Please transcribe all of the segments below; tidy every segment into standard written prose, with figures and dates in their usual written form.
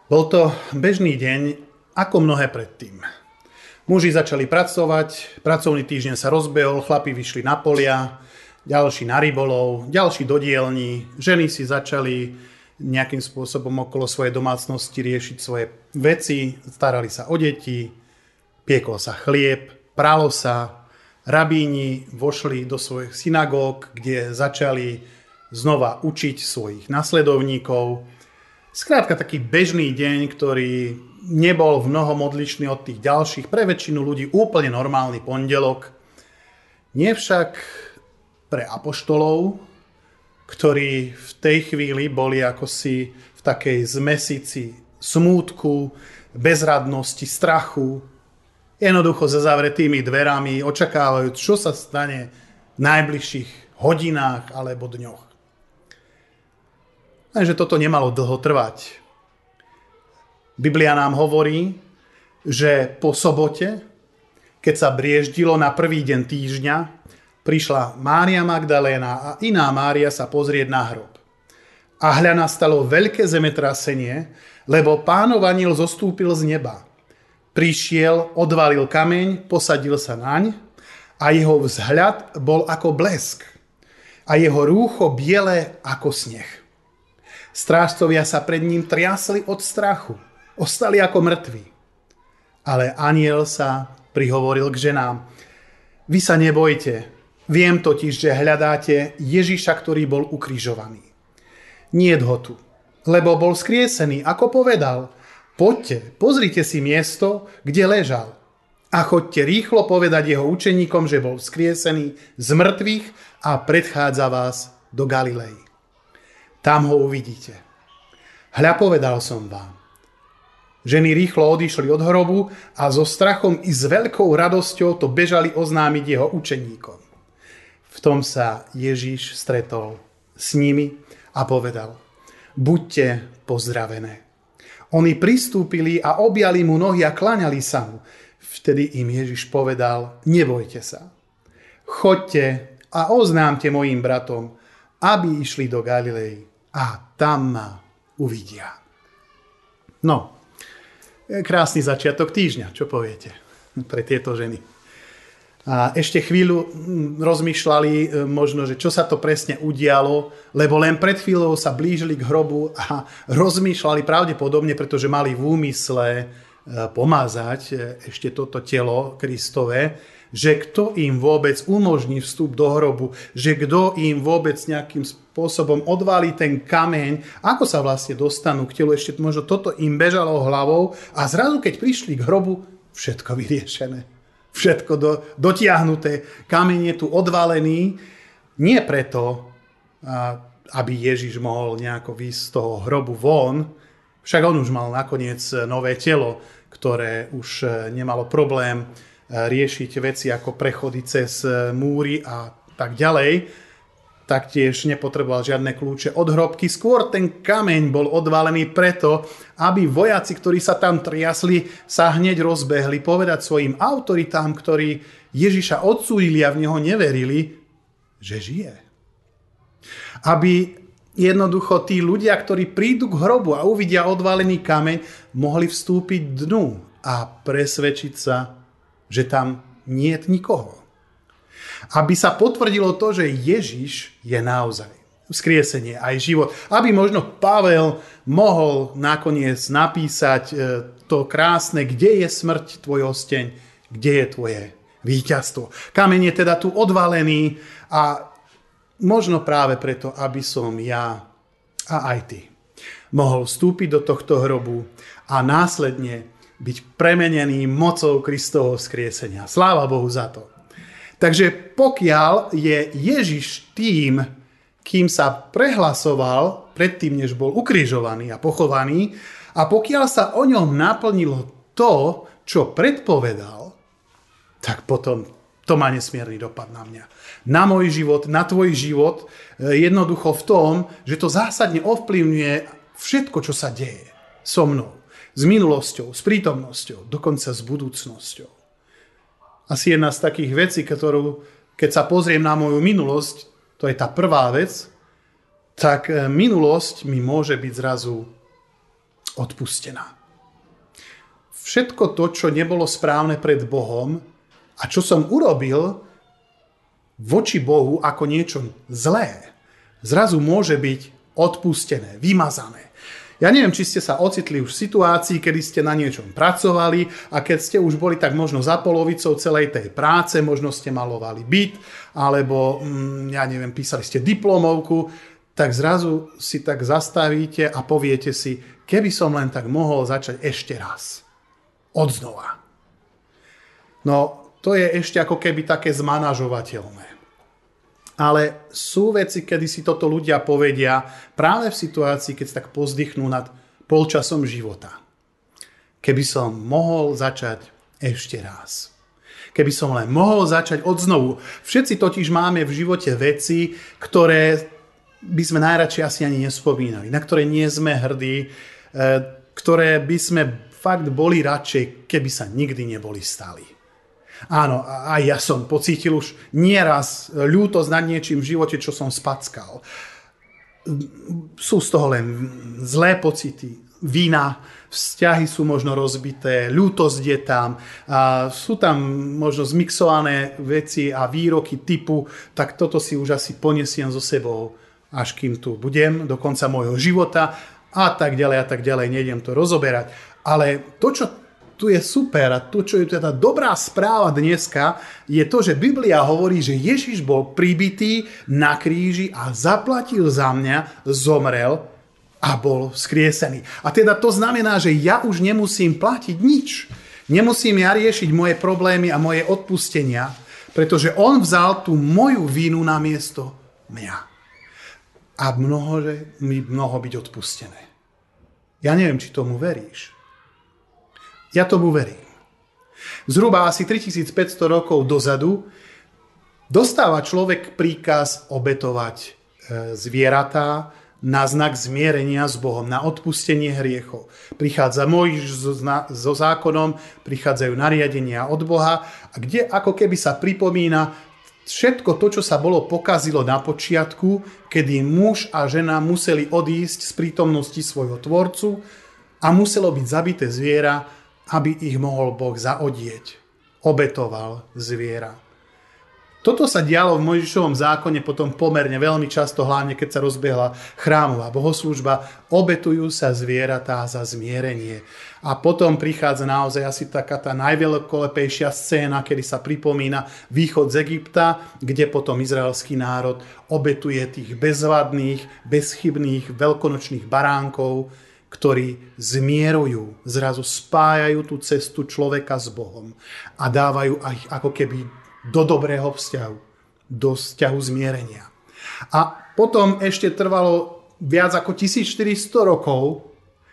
Bol to bežný deň, ako mnohé predtým. Muži začali pracovať, pracovný týždeň sa rozbehol, chlapi vyšli na polia, ďalší na rybolov, ďalší do dielní, ženy si začali nejakým spôsobom okolo svojej domácnosti riešiť svoje veci, starali sa o deti, piekol sa chlieb, pralo sa, rabíni vošli do svojich synagóg, kde začali znova učiť svojich nasledovníkov. Skrátka taký bežný deň, ktorý nebol v mnohom odlišný od tých ďalších, pre väčšinu ľudí úplne normálny pondelok. Nie však pre apoštolov, ktorí v tej chvíli boli akosi v takej zmesici smútku, bezradnosti, strachu, jednoducho za zavretými dverami, očakávajú, čo sa stane v najbližších hodinách alebo dňoch. Lenže toto nemalo dlho trvať. Biblia nám hovorí, že po sobote, keď sa brieždilo na prvý deň týždňa, prišla Mária Magdaléna a iná Mária sa pozrieť na hrob. A hľa nastalo veľké zemetrasenie, lebo Pánov anjel zostúpil z neba. Prišiel, odvalil kameň, posadil sa naň a jeho vzhľad bol ako blesk a jeho rúcho biele ako sneh. Strážcovia sa pred ním triasli od strachu. Ostali ako mŕtvi. Ale anjel sa prihovoril k ženám. Vy sa nebojte. Viem totiž, že hľadáte Ježiša, ktorý bol ukrižovaný. Niet ho tu, lebo bol skriesený, ako povedal. Poďte, pozrite si miesto, kde ležal. A choďte rýchlo povedať jeho učeníkom, že bol skriesený z mŕtvych a predchádza vás do Galilei. Tam ho uvidíte. Hľa, povedal som vám. Ženy rýchlo odišli od hrobu a so strachom i s veľkou radosťou to bežali oznámiť jeho učeníkom. V tom sa Ježiš stretol s nimi a povedal: Buďte pozdravené. Oni pristúpili a objali mu nohy a kláňali sa mu. Vtedy im Ježiš povedal: Nebojte sa. Choďte a oznámte mojim bratom, aby išli do Galilei a tam ma uvidia. No, krásny začiatok týždňa, čo poviete pre tieto ženy? A ešte chvíľu rozmýšľali možno, že čo sa to presne udialo, lebo len pred chvíľou sa blížili k hrobu a rozmýšľali pravdepodobne, pretože mali v úmysle pomazať ešte toto telo Kristové, že kto im vôbec umožní vstup do hrobu, že kto im vôbec nejakým spôsobom odvalí ten kameň, ako sa vlastne dostanú k telu. Ešte možno toto im bežalo hlavou a zrazu, keď prišli k hrobu, všetko vyriešené. Všetko dotiahnuté. Kameň je tu odvalený. Nie preto, aby Ježiš mohol nejako výjsť z toho hrobu von, však on už mal nakoniec nové telo, ktoré už nemalo problém riešiť veci ako prechody cez múry a tak ďalej. Taktiež nepotreboval žiadne kľúče od hrobky. Skôr ten kameň bol odvalený preto, aby vojaci, ktorí sa tam triasli, sa hneď rozbehli povedať svojim autoritám, ktorí Ježiša odsúdili a v neho neverili, že žije. Aby jednoducho tí ľudia, ktorí prídu k hrobu a uvidia odvalený kameň, mohli vstúpiť dnu a presvedčiť sa, že tam nie je nikoho. Aby sa potvrdilo to, že Ježiš je naozaj vzkriesenie aj život. Aby možno Pavel mohol nakoniec napísať to krásne, kde je smrť tvoj osteň, kde je tvoje víťazstvo. Kameň je teda tu odvalený a možno práve preto, aby som ja a aj ty mohol vstúpiť do tohto hrobu a následne byť premenený mocou Kristovho vzkriesenia. Sláva Bohu za to. Takže pokiaľ je Ježiš tým, kým sa prehlasoval predtým, než bol ukrižovaný a pochovaný, a pokiaľ sa o ňom naplnilo to, čo predpovedal, tak potom to má nesmierny dopad na mňa. Na môj život, na tvoj život, jednoducho v tom, že to zásadne ovplyvňuje všetko, čo sa deje so mnou. S minulosťou, s prítomnosťou, dokonca s budúcnosťou. Asi jedna z takých vecí, ktorú, keď sa pozriem na moju minulosť, to je tá prvá vec, tak minulosť mi môže byť zrazu odpustená. Všetko to, čo nebolo správne pred Bohom a čo som urobil voči Bohu ako niečo zlé, zrazu môže byť odpustené, vymazané. Ja neviem, či ste sa ocitli už v situácii, kedy ste na niečom pracovali a keď ste už boli tak možno za polovicou celej tej práce, možno ste malovali byt, alebo ja neviem, písali ste diplomovku, tak zrazu si tak zastavíte a poviete si, keby som len tak mohol začať ešte raz. Odznova. No, to je ešte ako keby také zmanažovateľné. Ale sú veci, kedy si toto ľudia povedia práve v situácii, keď sa tak pozdychnú nad polčasom života. Keby som mohol začať ešte raz. Keby som len mohol začať odznovu. Všetci totiž máme v živote veci, ktoré by sme najradšej asi ani nespomínali, na ktoré nie sme hrdí, ktoré by sme fakt boli radšej, keby sa nikdy neboli stali. Áno, aj ja som pocítil už nieraz ľútosť nad niečím v živote, čo som spackal. Sú z toho len zlé pocity, vina, vzťahy sú možno rozbité, ľútosť je tam, a sú tam možno zmixované veci a výroky typu, tak toto si už asi ponesiem so sebou, až kým tu budem, do konca môjho života a tak ďalej, nejdem to rozoberať. Ale to, čo tu je super a to, čo je teda dobrá správa dneska, je to, že Biblia hovorí, že Ježiš bol pribitý na kríži a zaplatil za mňa, zomrel a bol vzkriesený. A teda to znamená, že ja už nemusím platiť nič. Nemusím ja riešiť moje problémy a moje odpustenia, pretože on vzal tú moju vinu na miesto mňa. A mi mnoho byť odpustené. Ja neviem, či tomu veríš. Ja tomu verím. Zhruba asi 3500 rokov dozadu dostáva človek príkaz obetovať zvieratá na znak zmierenia s Bohom, na odpustenie hriechov. Prichádza Mojžiš so zákonom, prichádzajú nariadenia od Boha, a kde ako keby sa pripomína všetko to, čo sa bolo pokazilo na počiatku, kedy muž a žena museli odísť z prítomnosti svojho tvorcu a muselo byť zabité zviera, aby ich mohol Boh zaodieť. Obetoval zviera. Toto sa dialo v Mojžišovom zákone potom pomerne veľmi často, hlavne keď sa rozbehla chrámová bohoslúžba. Obetujú sa zvieratá za zmierenie. A potom prichádza naozaj asi taká tá najveľkolepejšia scéna, kedy sa pripomína východ z Egypta, kde potom izraelský národ obetuje tých bezvadných, bezchybných veľkonočných baránkov, ktorí zmierujú, zrazu spájajú tú cestu človeka s Bohom a dávajú ich ako keby do dobrého vzťahu, do vzťahu zmierenia. A potom ešte trvalo viac ako 1400 rokov,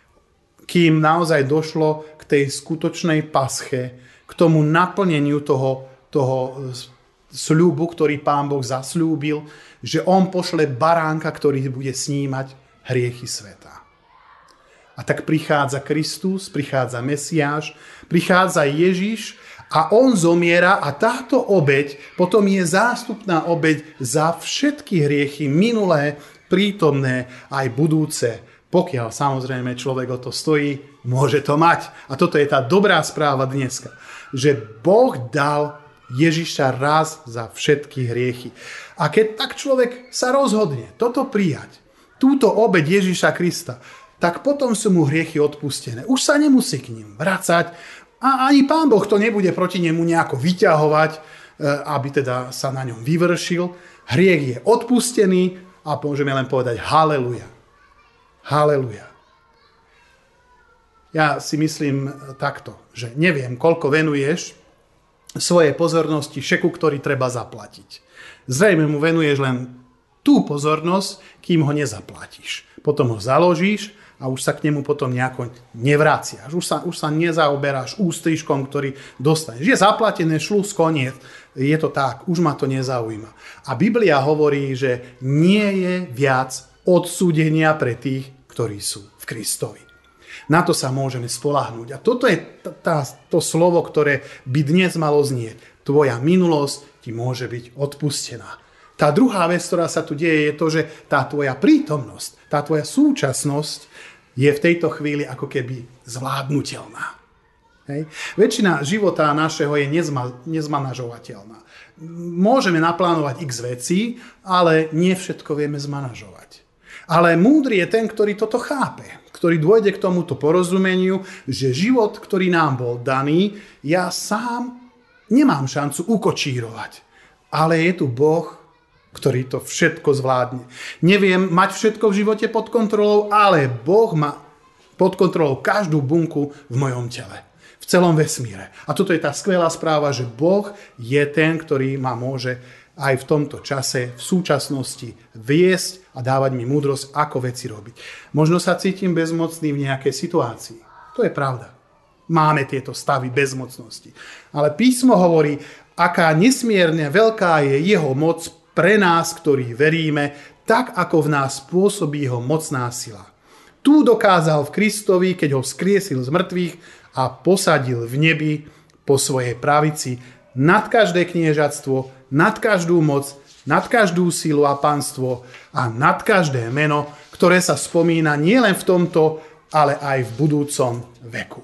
kým naozaj došlo k tej skutočnej pasche, k tomu naplneniu toho sľubu, ktorý Pán Boh zasľúbil, že on pošle baránka, ktorý bude snímať hriechy sveta. A tak prichádza Kristus, prichádza Mesiáš, prichádza Ježiš a on zomiera a táto obeť potom je zástupná obeť za všetky hriechy minulé, prítomné aj budúce. Pokiaľ samozrejme človek o to stojí, môže to mať. A toto je tá dobrá správa dneska, že Boh dal Ježiša raz za všetky hriechy. A keď tak človek sa rozhodne toto prijať, túto obeť Ježiša Krista, tak potom sú mu hriechy odpustené. Už sa nemusí k ním vracať a ani Pán Boh to nebude proti nemu nejako vyťahovať, aby teda sa na ňom vyvršil. Hriech je odpustený a môžeme len povedať haleluja. Haleluja. Ja si myslím takto, že neviem, koľko venuješ svojej pozornosti šeku, ktorý treba zaplatiť. Zrejme mu venuješ len tú pozornosť, kým ho nezaplatíš. Potom ho založíš a už sa k nemu potom nejako nevraciaš. Už sa nezaoberáš ústrižkom, ktorý dostaneš. Je zaplatené, šlus, koniec. Je to tak, už ma to nezaujíma. A Biblia hovorí, že nie je viac odsúdenia pre tých, ktorí sú v Kristovi. Na to sa môžeme spoľahnúť. A toto je to slovo, ktoré by dnes malo znieť. Tvoja minulosť ti môže byť odpustená. Tá druhá vec, ktorá sa tu deje, je to, že tá tvoja prítomnosť, tá tvoja súčasnosť je v tejto chvíli ako keby zvládnutelná. Hej. Väčšina života našeho je nezmanažovateľná. Môžeme naplánovať x vecí, ale nie všetko vieme zmanažovať. Ale múdry je ten, ktorý toto chápe, ktorý dôjde k tomuto porozumeniu, že život, ktorý nám bol daný, ja sám nemám šancu ukočírovať. Ale je tu Boh, ktorý to všetko zvládne. Neviem mať všetko v živote pod kontrolou, ale Boh má pod kontrolou každú bunku v mojom tele. V celom vesmíre. A toto je tá skvelá správa, že Boh je ten, ktorý ma môže aj v tomto čase, v súčasnosti viesť a dávať mi múdrosť, ako veci robiť. Možno sa cítim bezmocný v nejakej situácii. To je pravda. Máme tieto stavy bezmocnosti. Ale písmo hovorí, aká nesmierne veľká je jeho moc pre nás, ktorí veríme, tak ako v nás pôsobí jeho mocná sila. Tu dokázal v Kristovi, keď ho vzkriesil z mŕtvych a posadil v nebi po svojej pravici nad každé kniežatstvo, nad každú moc, nad každú silu a panstvo a nad každé meno, ktoré sa spomína nielen v tomto, ale aj v budúcom veku.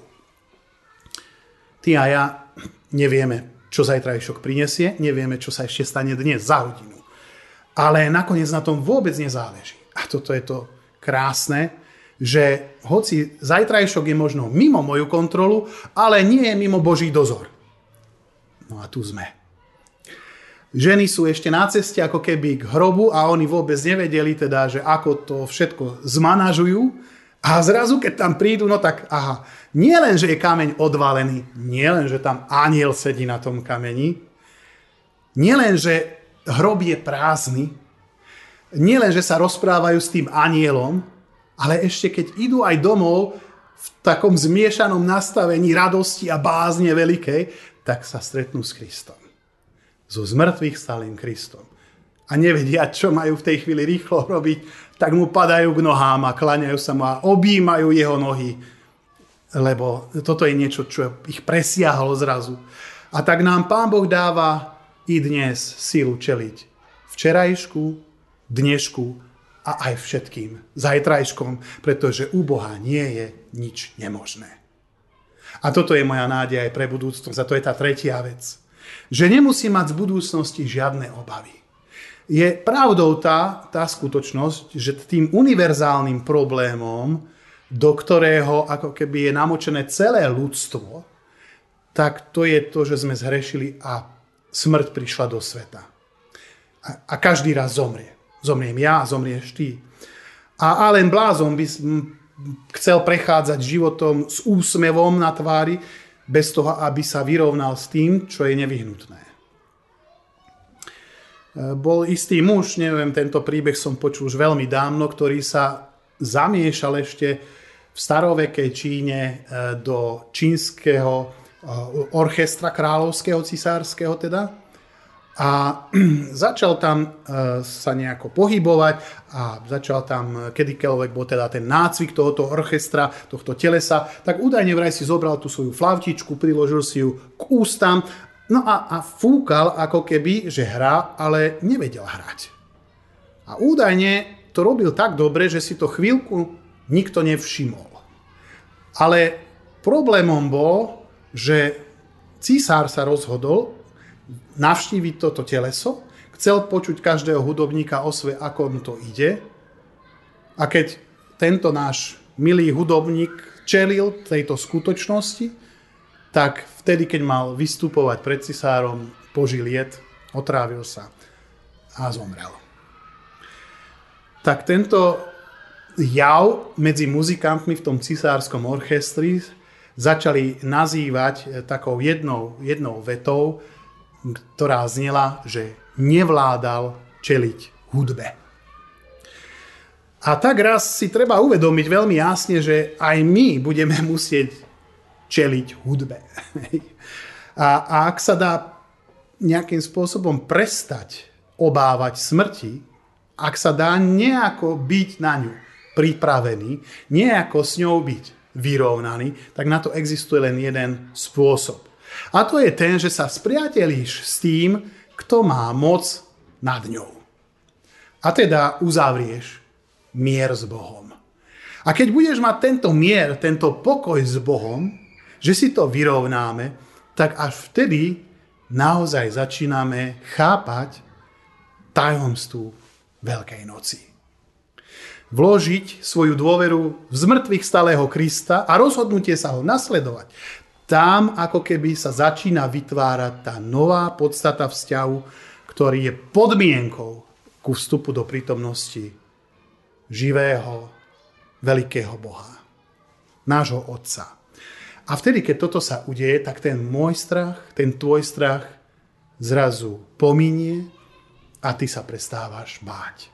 Ty a ja nevieme, čo zajtrajšok prinesie, nevieme, čo sa ešte stane dnes za hodinu. Ale nakoniec na tom vôbec nezáleží. A toto je to krásne, že hoci zajtrajšok je možno mimo moju kontrolu, ale nie je mimo Boží dozor. No a tu sme. Ženy sú ešte na ceste ako keby k hrobu a oni vôbec nevedeli teda, že ako to všetko zmanažujú. A zrazu, keď tam prídu, no tak aha, nie len, že je kameň odvalený, nie len, že tam anjel sedí na tom kameni, nie len, že hrob je prázdny, nie len, že sa rozprávajú s tým anjelom, ale ešte keď idú aj domov v takom zmiešanom nastavení radosti a bázne veľkej, tak sa stretnú s Kristom. So zmrtvých stálym Kristom. A nevedia, čo majú v tej chvíli rýchlo robiť, tak mu padajú k nohám a kláňajú sa mu a objímajú jeho nohy. Lebo toto je niečo, čo ich presiahlo zrazu. A tak nám Pán Boh dáva i dnes silu čeliť včerajšku, dnešku a aj všetkým zajtrajškom, pretože u Boha nie je nič nemožné. A toto je moja nádej aj pre budúcnosť. A to je tá tretia vec. Že nemusím mať z budúcnosti žiadne obavy. Je pravdou tá skutočnosť, že tým univerzálnym problémom, do ktorého ako keby je namočené celé ľudstvo, tak to je to, že sme zhrešili a smrť prišla do sveta. A každý raz zomrie. Zomriem ja, zomrieš ty. A len blázon by chcel prechádzať životom s úsmevom na tvári, bez toho, aby sa vyrovnal s tým, čo je nevyhnutné. Bol istý muž, neviem, tento príbeh som počul už veľmi dávno, ktorý sa zamiešal ešte v starovekej Číne do čínskeho orchestra kráľovského, cisárskeho teda. A začal tam sa nejako pohybovať a začal tam, kedykoľvek bol teda ten nácvik tohoto orchestra, tohto telesa, tak údajne vraj si zobral tú svoju flavtičku, priložil si ju k ústam, no a fúkal ako keby, že hrá, ale nevedel hrať. A údajne to robil tak dobre, že si to chvíľku nikto nevšimol. Ale problémom bol, že císár sa rozhodol navštíviť toto teleso, chcel počuť každého hudobníka o sve, ako mu to ide. A keď tento náš milý hudobník čelil tejto skutočnosti, tak vtedy, keď mal vystupovať pred cisárom, požil jed, otrávil sa a zomrel. Tak tento jav medzi muzikantmi v tom cisárskom orchestri začali nazývať takou jednou vetou, ktorá znela, že nevládal čeliť hudbe. A tak raz si treba uvedomiť veľmi jasne, že aj my budeme musieť čeliť hudbe. A ak sa dá nejakým spôsobom prestať obávať smrti, ak sa dá nejako byť na ňu pripravený, nejako s ňou byť vyrovnaný, tak na to existuje len jeden spôsob. A to je ten, že sa spriatelíš s tým, kto má moc nad ňou. A teda uzavrieš mier s Bohom. A keď budeš mať tento mier, tento pokoj s Bohom, že si to vyrovnáme, tak až vtedy naozaj začíname chápať tajomstvu Veľkej noci. Vložiť svoju dôveru v zmrtvých stalého Krista a rozhodnutie sa ho nasledovať. Tam ako keby sa začína vytvárať tá nová podstata vzťahu, ktorý je podmienkou ku vstupu do prítomnosti živého, veľkého Boha, nášho Otca. A vtedy, keď toto sa udeje, tak ten môj strach, ten tvoj strach zrazu pominie a ty sa prestávaš báť.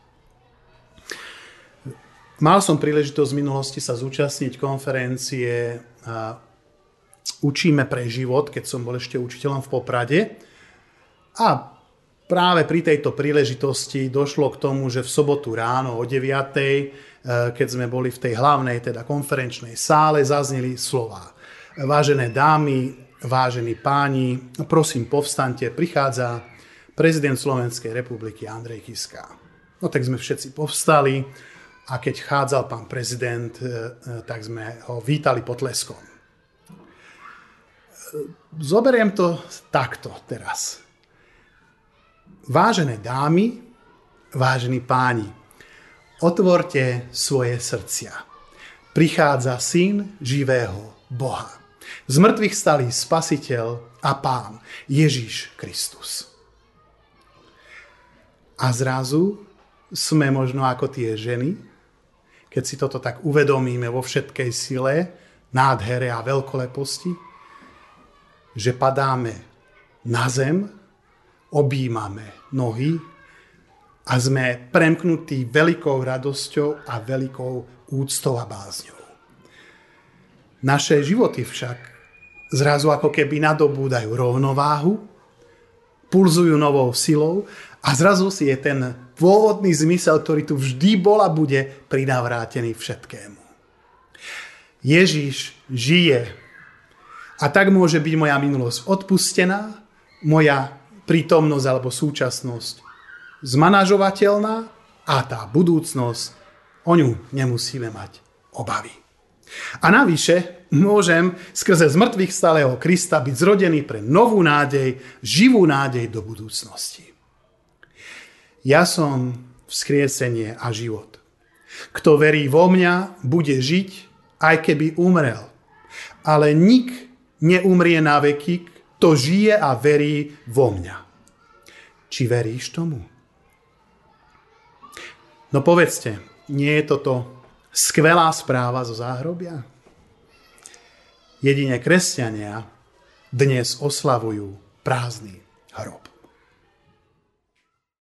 Mal som príležitosť v minulosti sa zúčastniť konferencie Učíme pre život, keď som bol ešte učiteľom v Poprade. A práve pri tejto príležitosti došlo k tomu, že v sobotu ráno o 9:00, keď sme boli v tej hlavnej, teda konferenčnej sále, zazneli slová. Vážené dámy, vážení páni, prosím povstaňte, prichádza prezident Slovenskej republiky Andrej Kiska. No tak sme všetci povstali a keď chádzal pán prezident, tak sme ho vítali potleskom. Zoberiem to takto teraz. Vážené dámy, vážení páni, otvorte svoje srdcia. Prichádza Syn živého Boha. Z mŕtvych stalý Spasiteľ a Pán Ježiš Kristus. A zrazu sme možno ako tie ženy, keď si toto tak uvedomíme vo všetkej sile, nádhere a veľkoleposti, že padáme na zem, objímame nohy a sme premknutí veľkou radosťou a veľkou úctou a bázňou. Naše životy však zrazu ako keby nadobúdajú rovnováhu, pulzujú novou silou a zrazu si je ten pôvodný zmysel, ktorý tu vždy bol a bude, prinavrátený všetkému. Ježiš žije a tak môže byť moja minulosť odpustená, moja prítomnosť alebo súčasnosť zmanažovateľná a tá budúcnosť, o ňu nemusíme mať obavy. A navyše môžem skrze zmrtvých stalého Krista byť zrodený pre novú nádej, živú nádej do budúcnosti. Ja som vzkriesenie a život. Kto verí vo mňa, bude žiť, aj keby umrel. Ale nik neumrie na veky, kto žije a verí vo mňa. Či veríš tomu? No povedzte, nie je toto skvelá správa zo záhrobia? Jedine kresťania dnes oslavujú prázdny hrob.